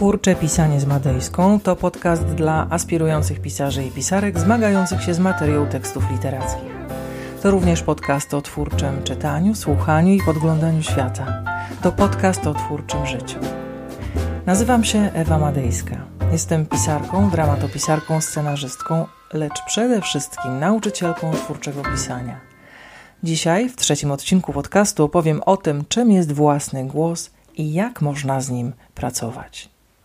Twórcze pisanie z Madejską to podcast dla aspirujących pisarzy i pisarek zmagających się z materią tekstów literackich. To również podcast o twórczym czytaniu, słuchaniu i podglądaniu świata. To podcast o twórczym życiu. Nazywam się Ewa Madejska. Jestem pisarką, dramatopisarką, scenarzystką, lecz przede wszystkim nauczycielką twórczego pisania. Dzisiaj, w trzecim odcinku podcastu, opowiem o tym, czym jest własny głos i jak można z nim pracować.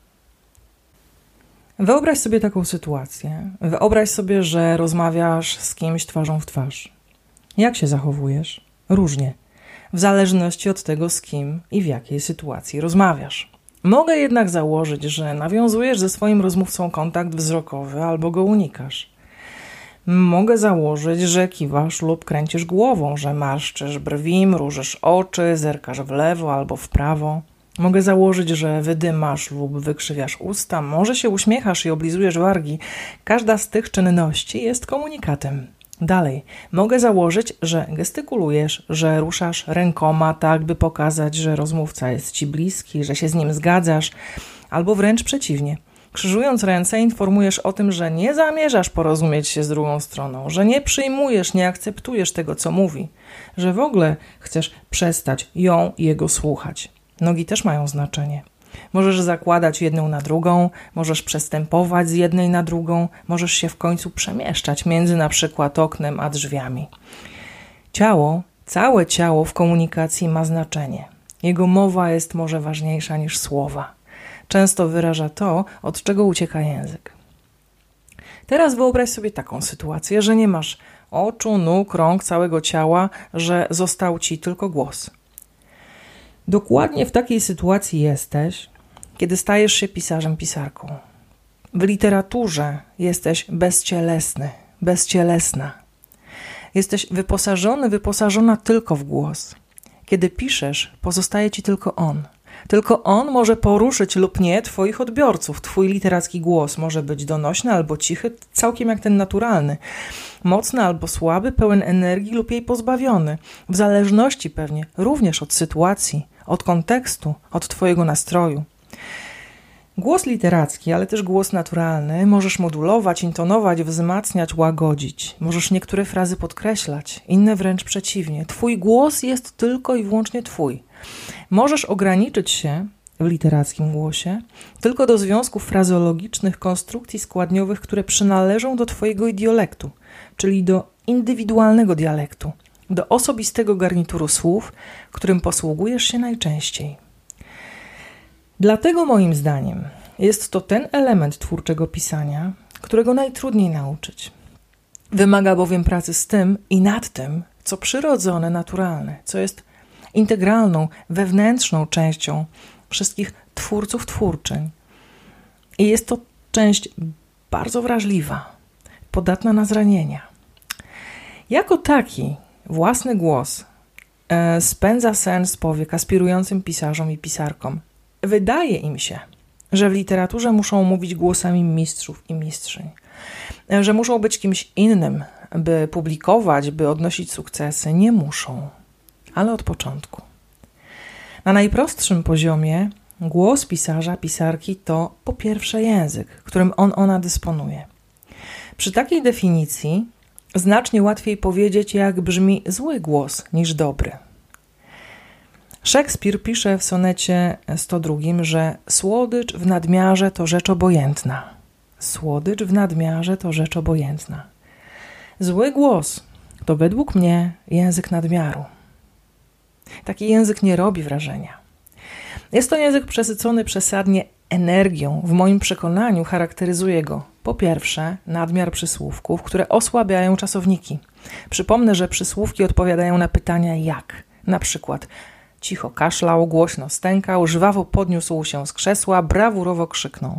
Wyobraź sobie taką sytuację. Wyobraź sobie, że rozmawiasz z kimś twarzą w twarz. Jak się zachowujesz? Różnie. W zależności od tego, z kim i w jakiej sytuacji rozmawiasz. Mogę jednak założyć, że nawiązujesz ze swoim rozmówcą kontakt wzrokowy albo go unikasz. Mogę założyć, że kiwasz lub kręcisz głową, że marszczysz brwi, mrużysz oczy, zerkasz w lewo albo w prawo. Mogę założyć, że wydymasz lub wykrzywiasz usta, może się uśmiechasz i oblizujesz wargi. Każda z tych czynności jest komunikatem. Dalej, mogę założyć, że gestykulujesz, że ruszasz rękoma tak, by pokazać, że rozmówca jest ci bliski, że się z nim zgadzasz, albo wręcz przeciwnie. Krzyżując ręce, informujesz o tym, że nie zamierzasz porozumieć się z drugą stroną, że nie przyjmujesz, nie akceptujesz tego, co mówi, że w ogóle chcesz przestać ją i jego słuchać. Nogi też mają znaczenie. Możesz zakładać jedną na drugą, możesz przestępować z jednej na drugą, możesz się w końcu przemieszczać między na przykład oknem a drzwiami. Ciało, całe ciało w komunikacji ma znaczenie. Jego mowa jest może ważniejsza niż słowa. Często wyraża to, od czego ucieka język. Teraz wyobraź sobie taką sytuację, że nie masz oczu, nóg, rąk, całego ciała, że został ci tylko głos. Dokładnie w takiej sytuacji jesteś, kiedy stajesz się pisarzem, pisarką. W literaturze jesteś bezcielesny, bezcielesna. Jesteś wyposażony, wyposażona tylko w głos. Kiedy piszesz, pozostaje ci tylko on. Tylko on może poruszyć lub nie twoich odbiorców. Twój literacki głos może być donośny albo cichy, całkiem jak ten naturalny. Mocny albo słaby, pełen energii lub jej pozbawiony. W zależności pewnie również od sytuacji, od kontekstu, od twojego nastroju. Głos literacki, ale też głos naturalny możesz modulować, intonować, wzmacniać, łagodzić. Możesz niektóre frazy podkreślać, inne wręcz przeciwnie. Twój głos jest tylko i wyłącznie twój. Możesz ograniczyć się w literackim głosie tylko do związków frazeologicznych, konstrukcji składniowych, które przynależą do twojego idiolektu, czyli do indywidualnego dialektu, do osobistego garnituru słów, którym posługujesz się najczęściej. Dlatego moim zdaniem jest to ten element twórczego pisania, którego najtrudniej nauczyć. Wymaga bowiem pracy z tym i nad tym, co przyrodzone, naturalne, co jest integralną, wewnętrzną częścią wszystkich twórców twórczyń. I jest to część bardzo wrażliwa, podatna na zranienia. Jako taki własny głos spędza sens powiek aspirującym pisarzom i pisarkom. Wydaje im się, że w literaturze muszą mówić głosami mistrzów i mistrzyń, że muszą być kimś innym, by publikować, by odnosić sukcesy. Nie muszą, ale od początku. Na najprostszym poziomie głos pisarza, pisarki to po pierwsze język, którym ona dysponuje. Przy takiej definicji znacznie łatwiej powiedzieć, jak brzmi zły głos niż dobry. Szekspir pisze w sonecie 102, że słodycz w nadmiarze to rzecz obojętna. Słodycz w nadmiarze to rzecz obojętna. Zły głos to według mnie język nadmiaru. Taki język nie robi wrażenia. Jest to język przesycony przesadnie energią. W moim przekonaniu charakteryzuje go po pierwsze nadmiar przysłówków, które osłabiają czasowniki. Przypomnę, że przysłówki odpowiadają na pytania jak. Na przykład cicho kaszlał, głośno stękał, żwawo podniósł się z krzesła, brawurowo krzyknął.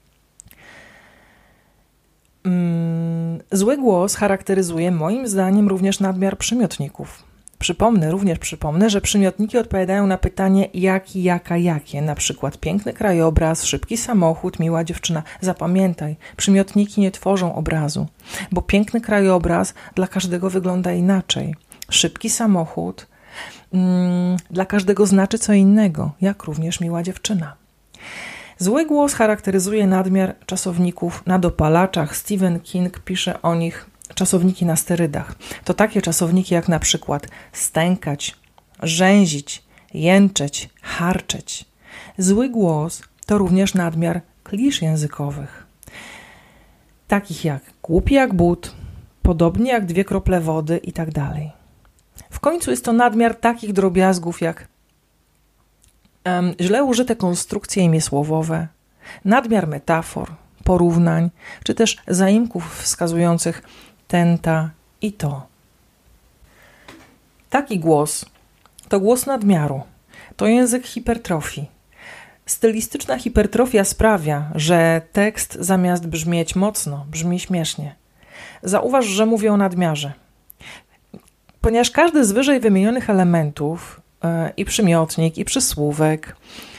Zły głos charakteryzuje moim zdaniem również nadmiar przymiotników. Przypomnę, że przymiotniki odpowiadają na pytanie jaki, jaka, jakie. Na przykład piękny krajobraz, szybki samochód, miła dziewczyna. Zapamiętaj, przymiotniki nie tworzą obrazu, bo piękny krajobraz dla każdego wygląda inaczej. Szybki samochód dla każdego znaczy co innego, jak również miła dziewczyna. Zły głos charakteryzuje nadmiar czasowników na dopalaczach. Stephen King pisze o nich czasowniki na sterydach. To takie czasowniki jak na przykład stękać, rzęzić, jęczeć, harczeć. Zły głos to również nadmiar klisz językowych, takich jak głupi jak but, podobnie jak 2 krople wody i tak dalej. W końcu jest to nadmiar takich drobiazgów jak źle użyte konstrukcje imiesłowowe, nadmiar metafor, porównań, czy też zaimków wskazujących ten, ta i to. Taki głos to głos nadmiaru, to język hipertrofii. Stylistyczna hipertrofia sprawia, że tekst zamiast brzmieć mocno, brzmi śmiesznie. Zauważ, że mówię o nadmiarze. Ponieważ każdy z wyżej wymienionych elementów, i przymiotnik, i przysłówek,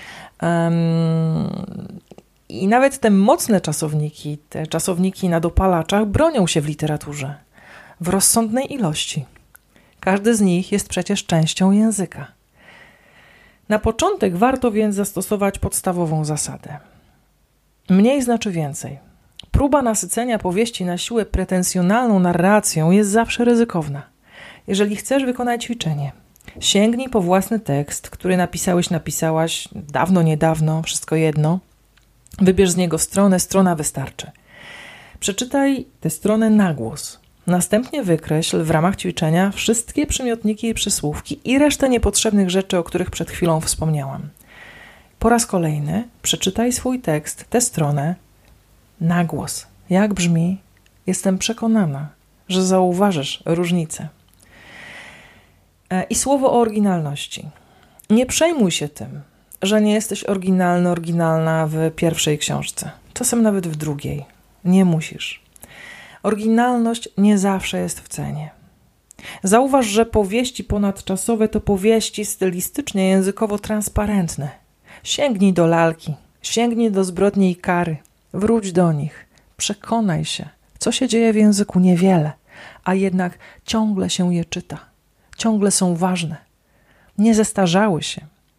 i nawet te mocne czasowniki, te czasowniki na dopalaczach bronią się w literaturze w rozsądnej ilości. Każdy z nich jest przecież częścią języka. Na początek warto więc zastosować podstawową zasadę. Mniej znaczy więcej. Próba nasycenia powieści na siłę pretensjonalną narracją jest zawsze ryzykowna. Jeżeli chcesz wykonać ćwiczenie, sięgnij po własny tekst, który napisałaś dawno, niedawno, wszystko jedno. Wybierz z niego stronę, strona wystarczy. Przeczytaj tę stronę na głos. Następnie wykreśl w ramach ćwiczenia wszystkie przymiotniki i przysłówki i resztę niepotrzebnych rzeczy, o których przed chwilą wspomniałam. Po raz kolejny przeczytaj swój tekst, tę stronę na głos. Jak brzmi? Jestem przekonana, że zauważysz różnicę. I słowo o oryginalności. Nie przejmuj się tym, że nie jesteś oryginalny, oryginalna w pierwszej książce. Czasem nawet w drugiej. Nie musisz. Oryginalność nie zawsze jest w cenie. Zauważ, że powieści ponadczasowe to powieści stylistycznie, językowo transparentne. Sięgnij do lalki, sięgnij do Zbrodni i kary, wróć do nich, przekonaj się, co się dzieje w języku niewiele, a jednak ciągle się je czyta, ciągle są ważne, nie zestarzały się.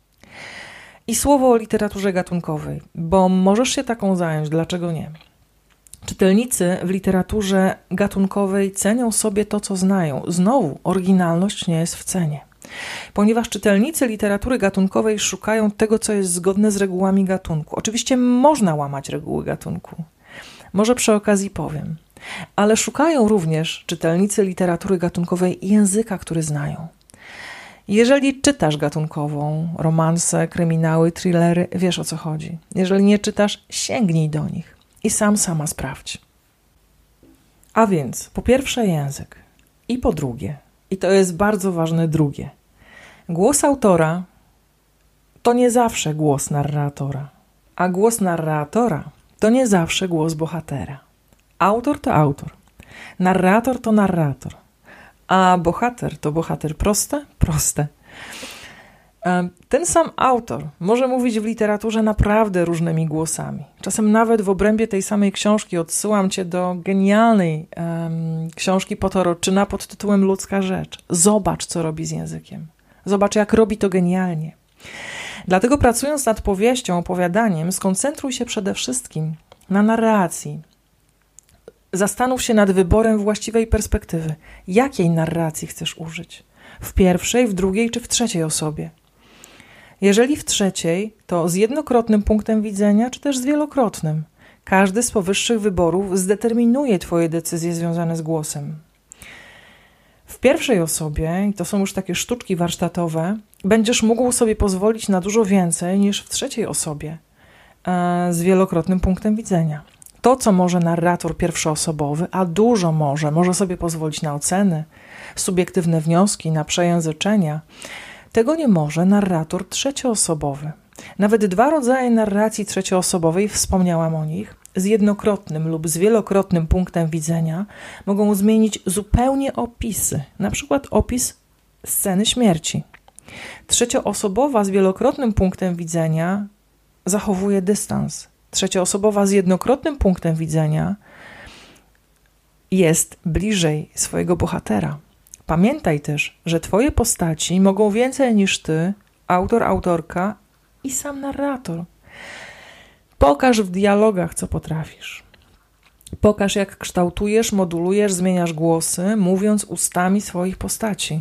I słowo o literaturze gatunkowej, bo możesz się taką zająć, dlaczego nie? Czytelnicy w literaturze gatunkowej cenią sobie to, co znają. Znowu, oryginalność nie jest w cenie. Ponieważ czytelnicy literatury gatunkowej szukają tego, co jest zgodne z regułami gatunku. Oczywiście można łamać reguły gatunku. Może przy okazji powiem. Ale szukają również czytelnicy literatury gatunkowej języka, który znają. Jeżeli czytasz gatunkową, romanse, kryminały, thrillery, wiesz o co chodzi. Jeżeli nie czytasz, sięgnij do nich. I sama sprawdź. A więc po pierwsze język i po drugie, i to jest bardzo ważne drugie, głos autora to nie zawsze głos narratora, a głos narratora to nie zawsze głos bohatera. Autor to autor, narrator to narrator, a bohater to bohater. Proste? Proste. Ten sam autor może mówić w literaturze naprawdę różnymi głosami. Czasem nawet w obrębie tej samej książki odsyłam cię do genialnej książki Potoroczyna pod tytułem Ludzka rzecz. Zobacz, co robi z językiem. Zobacz, jak robi to genialnie. Dlatego pracując nad powieścią, opowiadaniem, skoncentruj się przede wszystkim na narracji. Zastanów się nad wyborem właściwej perspektywy. Jakiej narracji chcesz użyć? W pierwszej, w drugiej czy w trzeciej osobie? Jeżeli w trzeciej, to z jednokrotnym punktem widzenia, czy też z wielokrotnym. Każdy z powyższych wyborów zdeterminuje twoje decyzje związane z głosem. W pierwszej osobie, i to są już takie sztuczki warsztatowe, będziesz mógł sobie pozwolić na dużo więcej niż w trzeciej osobie z wielokrotnym punktem widzenia. To, co może narrator pierwszoosobowy, a dużo może sobie pozwolić na oceny, subiektywne wnioski, na przejęzyczenia, tego nie może narrator trzecioosobowy. Nawet 2 rodzaje narracji trzecioosobowej, wspomniałam o nich, z jednokrotnym lub z wielokrotnym punktem widzenia mogą zmienić zupełnie opisy, na przykład opis sceny śmierci. Trzecioosobowa z wielokrotnym punktem widzenia zachowuje dystans. Trzecioosobowa z jednokrotnym punktem widzenia jest bliżej swojego bohatera. Pamiętaj też, że twoje postaci mogą więcej niż ty, autor, autorka i sam narrator. Pokaż w dialogach, co potrafisz. Pokaż, jak kształtujesz, modulujesz, zmieniasz głosy, mówiąc ustami swoich postaci.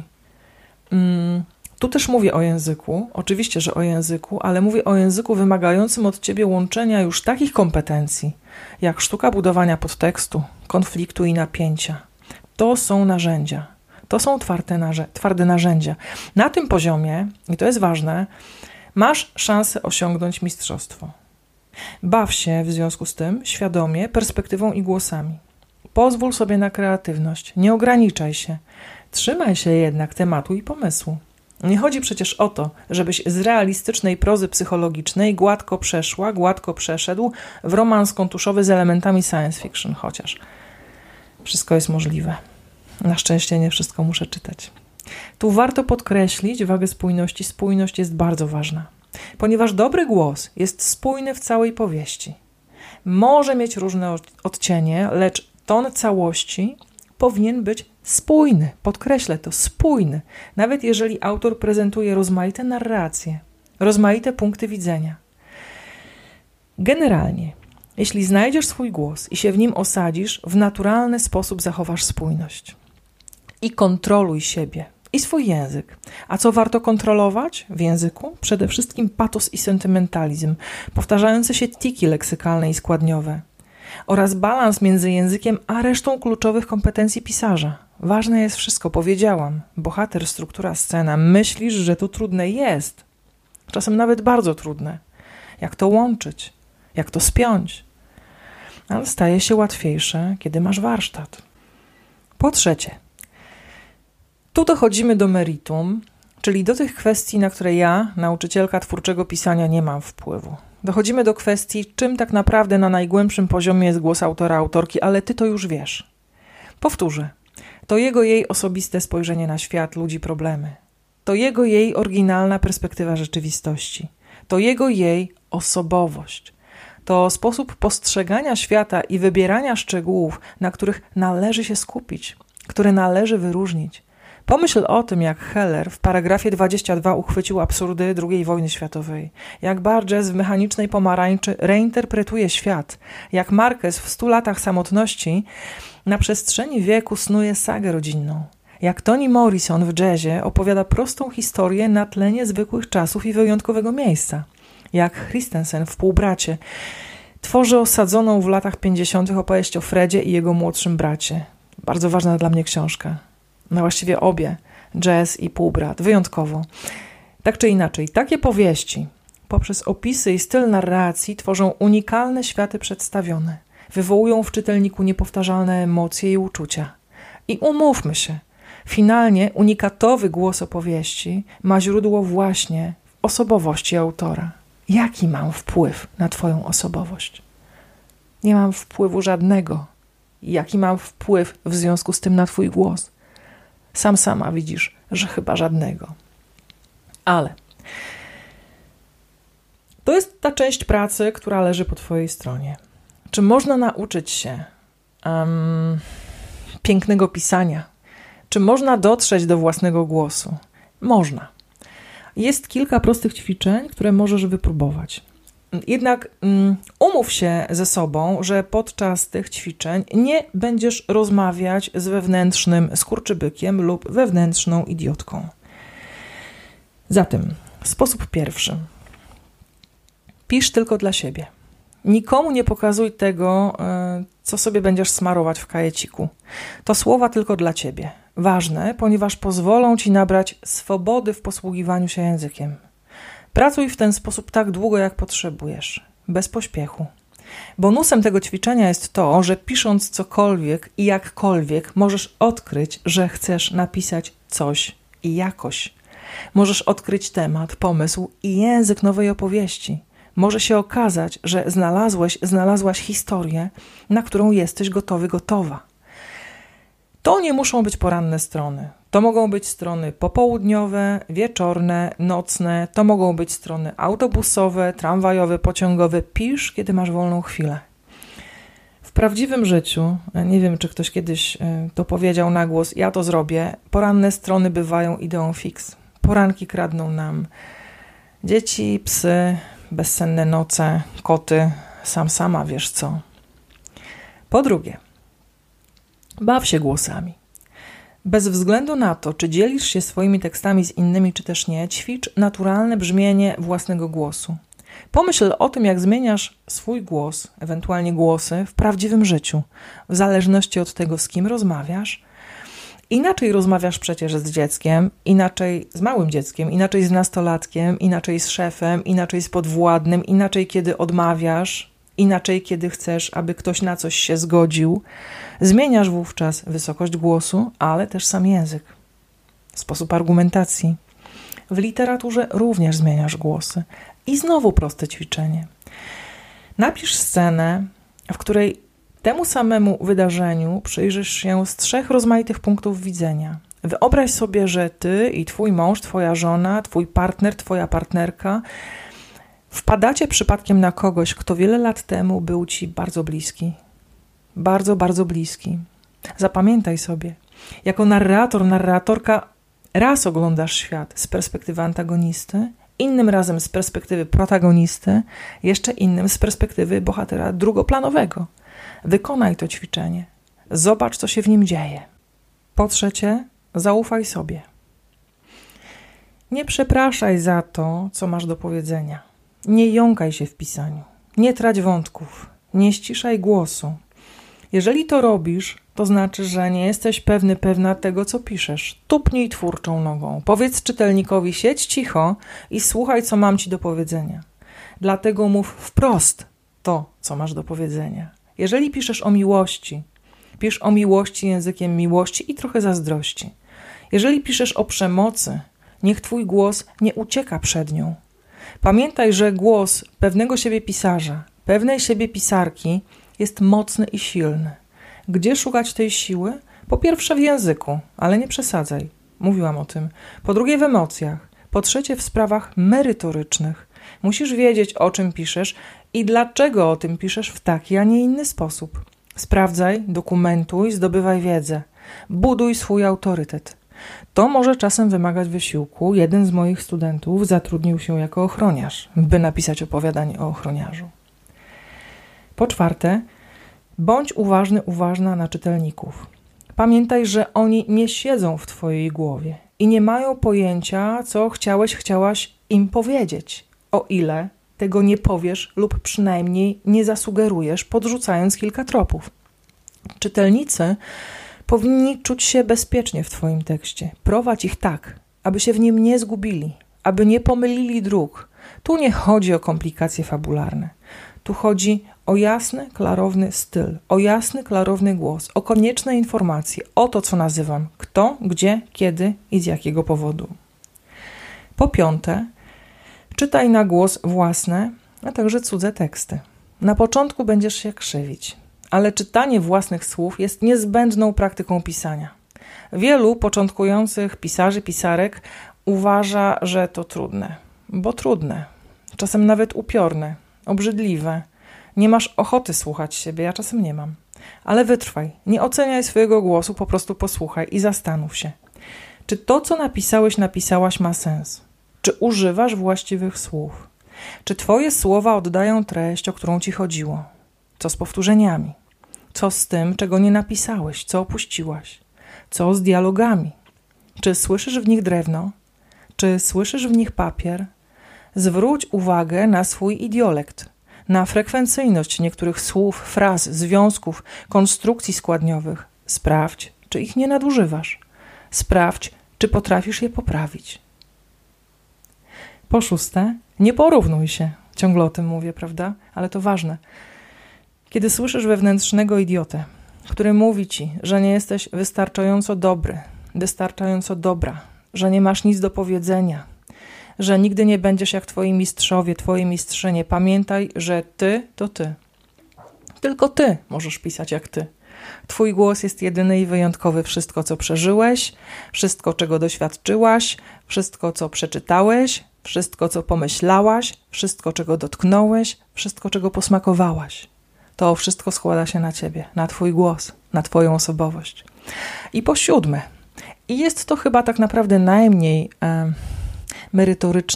Tu też mówię o języku, oczywiście, że o języku, ale mówię o języku wymagającym od ciebie łączenia już takich kompetencji, jak sztuka budowania podtekstu, konfliktu i napięcia. To są narzędzia. To są twarde narzędzia. Na tym poziomie, i to jest ważne, masz szansę osiągnąć mistrzostwo. Baw się w związku z tym świadomie perspektywą i głosami. Pozwól sobie na kreatywność, nie ograniczaj się. Trzymaj się jednak tematu i pomysłu. Nie chodzi przecież o to, żebyś z realistycznej prozy psychologicznej gładko przeszedł w romans kontuszowy z elementami science fiction, chociaż wszystko jest możliwe. Na szczęście nie wszystko muszę czytać. Tu warto podkreślić wagę spójności. Spójność jest bardzo ważna, ponieważ dobry głos jest spójny w całej powieści. Może mieć różne odcienie, lecz ton całości powinien być spójny. Podkreślę to, spójny. Nawet jeżeli autor prezentuje rozmaite narracje, rozmaite punkty widzenia. Generalnie, jeśli znajdziesz swój głos i się w nim osadzisz, w naturalny sposób zachowasz spójność. I kontroluj siebie i swój język. A co warto kontrolować w języku? Przede wszystkim patos i sentymentalizm, powtarzające się tiki leksykalne i składniowe oraz balans między językiem a resztą kluczowych kompetencji pisarza. Ważne jest wszystko, powiedziałam. Bohater, struktura, scena. Myślisz, że to trudne jest. Czasem nawet bardzo trudne. Jak to łączyć? Jak to spiąć? Ale staje się łatwiejsze, kiedy masz warsztat. Po trzecie, tu dochodzimy do meritum, czyli do tych kwestii, na które ja, nauczycielka twórczego pisania, nie mam wpływu. Dochodzimy do kwestii, czym tak naprawdę na najgłębszym poziomie jest głos autora, autorki, ale ty to już wiesz. Powtórzę. To jej osobiste spojrzenie na świat, ludzi, problemy. To jej oryginalna perspektywa rzeczywistości. To jej osobowość. To sposób postrzegania świata i wybierania szczegółów, na których należy się skupić, które należy wyróżnić. Pomyśl o tym, jak Heller w paragrafie 22 uchwycił absurdy II wojny światowej, jak Burgess w Mechanicznej pomarańczy reinterpretuje świat, jak Marquez w 100 latach samotności na przestrzeni wieku snuje sagę rodzinną, jak Toni Morrison w jazzie opowiada prostą historię na tle niezwykłych czasów i wyjątkowego miejsca, jak Christensen w Półbracie tworzy osadzoną w latach 50. opowieść o Fredzie i jego młodszym bracie. Bardzo ważna dla mnie książka. No właściwie obie, Jazz i Półbrat, wyjątkowo. Tak czy inaczej, takie powieści poprzez opisy i styl narracji tworzą unikalne światy przedstawione, wywołują w czytelniku niepowtarzalne emocje i uczucia. I umówmy się, finalnie unikatowy głos opowieści ma źródło właśnie w osobowości autora. Jaki mam wpływ na twoją osobowość? Nie mam wpływu żadnego. Jaki mam wpływ w związku z tym na twój głos? Sama widzisz, że chyba żadnego. Ale to jest ta część pracy, która leży po twojej stronie. Czy można nauczyć się pięknego pisania? Czy można dotrzeć do własnego głosu? Można. Jest kilka prostych ćwiczeń, które możesz wypróbować. Jednak umów się ze sobą, że podczas tych ćwiczeń nie będziesz rozmawiać z wewnętrznym skurczybykiem lub wewnętrzną idiotką. Zatem, sposób pierwszy. Pisz tylko dla siebie. Nikomu nie pokazuj tego, co sobie będziesz smarować w kajeciku. To słowa tylko dla ciebie. Ważne, ponieważ pozwolą ci nabrać swobody w posługiwaniu się językiem. Pracuj w ten sposób tak długo, jak potrzebujesz, bez pośpiechu. Bonusem tego ćwiczenia jest to, że pisząc cokolwiek i jakkolwiek możesz odkryć, że chcesz napisać coś i jakoś. Możesz odkryć temat, pomysł i język nowej opowieści. Może się okazać, że znalazłaś historię, na którą jesteś gotowy, gotowa. To nie muszą być poranne strony. To mogą być strony popołudniowe, wieczorne, nocne. To mogą być strony autobusowe, tramwajowe, pociągowe. Pisz, kiedy masz wolną chwilę. W prawdziwym życiu, nie wiem, czy ktoś kiedyś to powiedział na głos, ja to zrobię, poranne strony bywają ideą fix. Poranki kradną nam dzieci, psy, bezsenne noce, koty, sama, wiesz co. Po drugie, baw się głosami. Bez względu na to, czy dzielisz się swoimi tekstami z innymi, czy też nie, ćwicz naturalne brzmienie własnego głosu. Pomyśl o tym, jak zmieniasz swój głos, ewentualnie głosy w prawdziwym życiu, w zależności od tego, z kim rozmawiasz. Inaczej rozmawiasz przecież z dzieckiem, inaczej z małym dzieckiem, inaczej z nastolatkiem, inaczej z szefem, inaczej z podwładnym, inaczej kiedy odmawiasz, inaczej kiedy chcesz, aby ktoś na coś się zgodził. Zmieniasz wówczas wysokość głosu, ale też sam język, sposób argumentacji. W literaturze również zmieniasz głosy. I znowu proste ćwiczenie. Napisz scenę, w której temu samemu wydarzeniu przyjrzysz się z 3 rozmaitych punktów widzenia. Wyobraź sobie, że ty i twój mąż, twoja żona, twój partner, twoja partnerka wpadacie przypadkiem na kogoś, kto wiele lat temu był ci bardzo bliski. Bardzo, bardzo bliski. Zapamiętaj sobie, jako narrator, narratorka raz oglądasz świat z perspektywy antagonisty, innym razem z perspektywy protagonisty, jeszcze innym z perspektywy bohatera drugoplanowego. Wykonaj to ćwiczenie. Zobacz, co się w nim dzieje. Po trzecie, zaufaj sobie. Nie przepraszaj za to, co masz do powiedzenia. Nie jąkaj się w pisaniu. Nie trać wątków. Nie ściszaj głosu. Jeżeli to robisz, to znaczy, że nie jesteś pewna tego, co piszesz. Tupnij twórczą nogą. Powiedz czytelnikowi, siedź cicho i słuchaj, co mam ci do powiedzenia. Dlatego mów wprost to, co masz do powiedzenia. Jeżeli piszesz o miłości, pisz o miłości językiem miłości i trochę zazdrości. Jeżeli piszesz o przemocy, niech twój głos nie ucieka przed nią. Pamiętaj, że głos pewnego siebie pisarza, pewnej siebie pisarki jest mocny i silny. Gdzie szukać tej siły? Po pierwsze w języku, ale nie przesadzaj. Mówiłam o tym. Po drugie w emocjach. Po trzecie w sprawach merytorycznych. Musisz wiedzieć, o czym piszesz i dlaczego o tym piszesz w taki, a nie inny sposób. Sprawdzaj, dokumentuj, zdobywaj wiedzę. Buduj swój autorytet. To może czasem wymagać wysiłku. Jeden z moich studentów zatrudnił się jako ochroniarz, by napisać opowiadanie o ochroniarzu. Po czwarte, bądź uważna na czytelników. Pamiętaj, że oni nie siedzą w twojej głowie i nie mają pojęcia, co chciałaś im powiedzieć, o ile tego nie powiesz lub przynajmniej nie zasugerujesz, podrzucając kilka tropów. Czytelnicy powinni czuć się bezpiecznie w twoim tekście. Prowadź ich tak, aby się w nim nie zgubili, aby nie pomylili dróg. Tu nie chodzi o komplikacje fabularne. Tu chodzi o jasny, klarowny styl, o jasny, klarowny głos, o konieczne informacje, o to, co nazywam, kto, gdzie, kiedy i z jakiego powodu. Po piąte, czytaj na głos własne, a także cudze teksty. Na początku będziesz się krzywić, ale czytanie własnych słów jest niezbędną praktyką pisania. Wielu początkujących pisarzy, pisarek uważa, że to trudne, bo trudne, czasem nawet upiorne, obrzydliwe. Nie masz ochoty słuchać siebie, ja czasem nie mam. Ale wytrwaj, nie oceniaj swojego głosu, po prostu posłuchaj i zastanów się. Czy to, co napisałaś ma sens? Czy używasz właściwych słów? Czy twoje słowa oddają treść, o którą ci chodziło? Co z powtórzeniami? Co z tym, czego nie napisałeś? Co opuściłaś? Co z dialogami? Czy słyszysz w nich drewno? Czy słyszysz w nich papier? Zwróć uwagę na swój idiolekt, na frekwencyjność niektórych słów, fraz, związków, konstrukcji składniowych. Sprawdź, czy ich nie nadużywasz. Sprawdź, czy potrafisz je poprawić. Po szóste, nie porównuj się. Ciągle o tym mówię, prawda? Ale to ważne. Kiedy słyszysz wewnętrznego idiotę, który mówi ci, że nie jesteś wystarczająco dobry, wystarczająco dobra, że nie masz nic do powiedzenia, że nigdy nie będziesz jak twoi mistrzowie, twoje mistrzynie. Pamiętaj, że ty to ty. Tylko ty możesz pisać jak ty. Twój głos jest jedyny i wyjątkowy. Wszystko, co przeżyłeś, wszystko, czego doświadczyłaś, wszystko, co przeczytałeś, wszystko, co pomyślałaś, wszystko, czego dotknąłeś, wszystko, czego posmakowałaś. To wszystko składa się na ciebie, na twój głos, na twoją osobowość. I po siódme, i jest to chyba tak naprawdę najmniej merytoryczna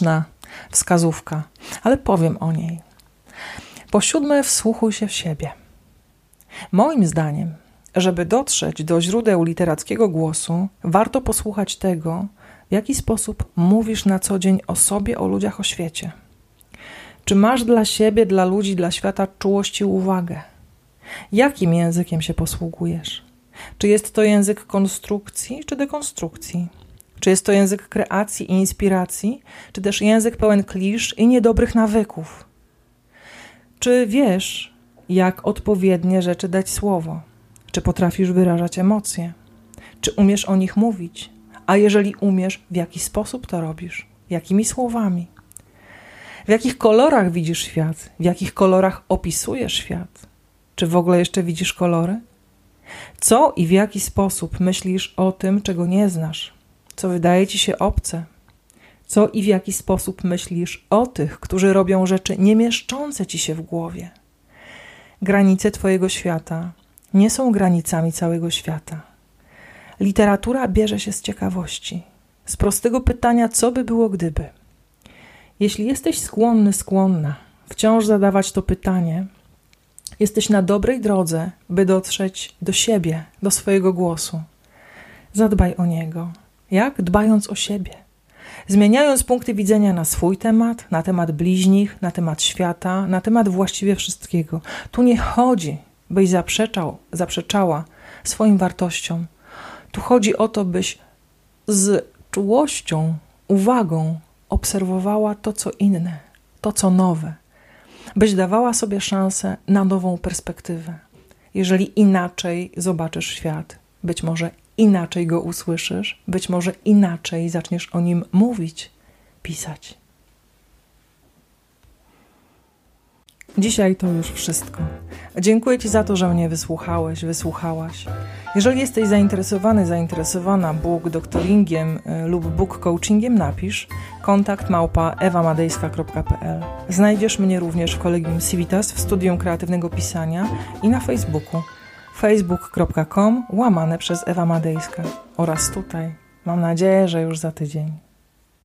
wskazówka, ale powiem o niej. Po 7, wsłuchuj się w siebie. Moim zdaniem, żeby dotrzeć do źródeł literackiego głosu, warto posłuchać tego, w jaki sposób mówisz na co dzień o sobie, o ludziach, o świecie. Czy masz dla siebie, dla ludzi, dla świata czułość i uwagę? Jakim językiem się posługujesz? Czy jest to język konstrukcji, czy dekonstrukcji? Czy jest to język kreacji i inspiracji, czy też język pełen klisz i niedobrych nawyków? Czy wiesz, jak odpowiednie rzeczy dać słowo? Czy potrafisz wyrażać emocje? Czy umiesz o nich mówić? A jeżeli umiesz, w jaki sposób to robisz? Jakimi słowami? W jakich kolorach widzisz świat? W jakich kolorach opisujesz świat? Czy w ogóle jeszcze widzisz kolory? Co i w jaki sposób myślisz o tym, czego nie znasz? Co wydaje ci się obce? Co i w jaki sposób myślisz o tych, którzy robią rzeczy nie mieszczące ci się w głowie? Granice twojego świata nie są granicami całego świata. Literatura bierze się z ciekawości, z prostego pytania, co by było gdyby. Jeśli jesteś skłonna wciąż zadawać to pytanie, jesteś na dobrej drodze, by dotrzeć do siebie, do swojego głosu. Zadbaj o niego. Jak? Dbając o siebie. Zmieniając punkty widzenia na swój temat, na temat bliźnich, na temat świata, na temat właściwie wszystkiego. Tu nie chodzi, byś zaprzeczała swoim wartościom. Tu chodzi o to, byś z czułością, uwagą obserwowała to, co inne, to, co nowe. Byś dawała sobie szansę na nową perspektywę. Jeżeli inaczej zobaczysz świat, być może inaczej go usłyszysz, być może inaczej zaczniesz o nim mówić, pisać. Dzisiaj to już wszystko. Dziękuję ci za to, że mnie wysłuchałaś. Jeżeli jesteś zainteresowana book doktoringiem lub book coachingiem, napisz kontakt@ewamadejska.pl. Znajdziesz mnie również w Kolegium Civitas w Studium Kreatywnego Pisania i na Facebooku facebook.com/Ewa Madejska oraz tutaj. Mam nadzieję, że już za tydzień.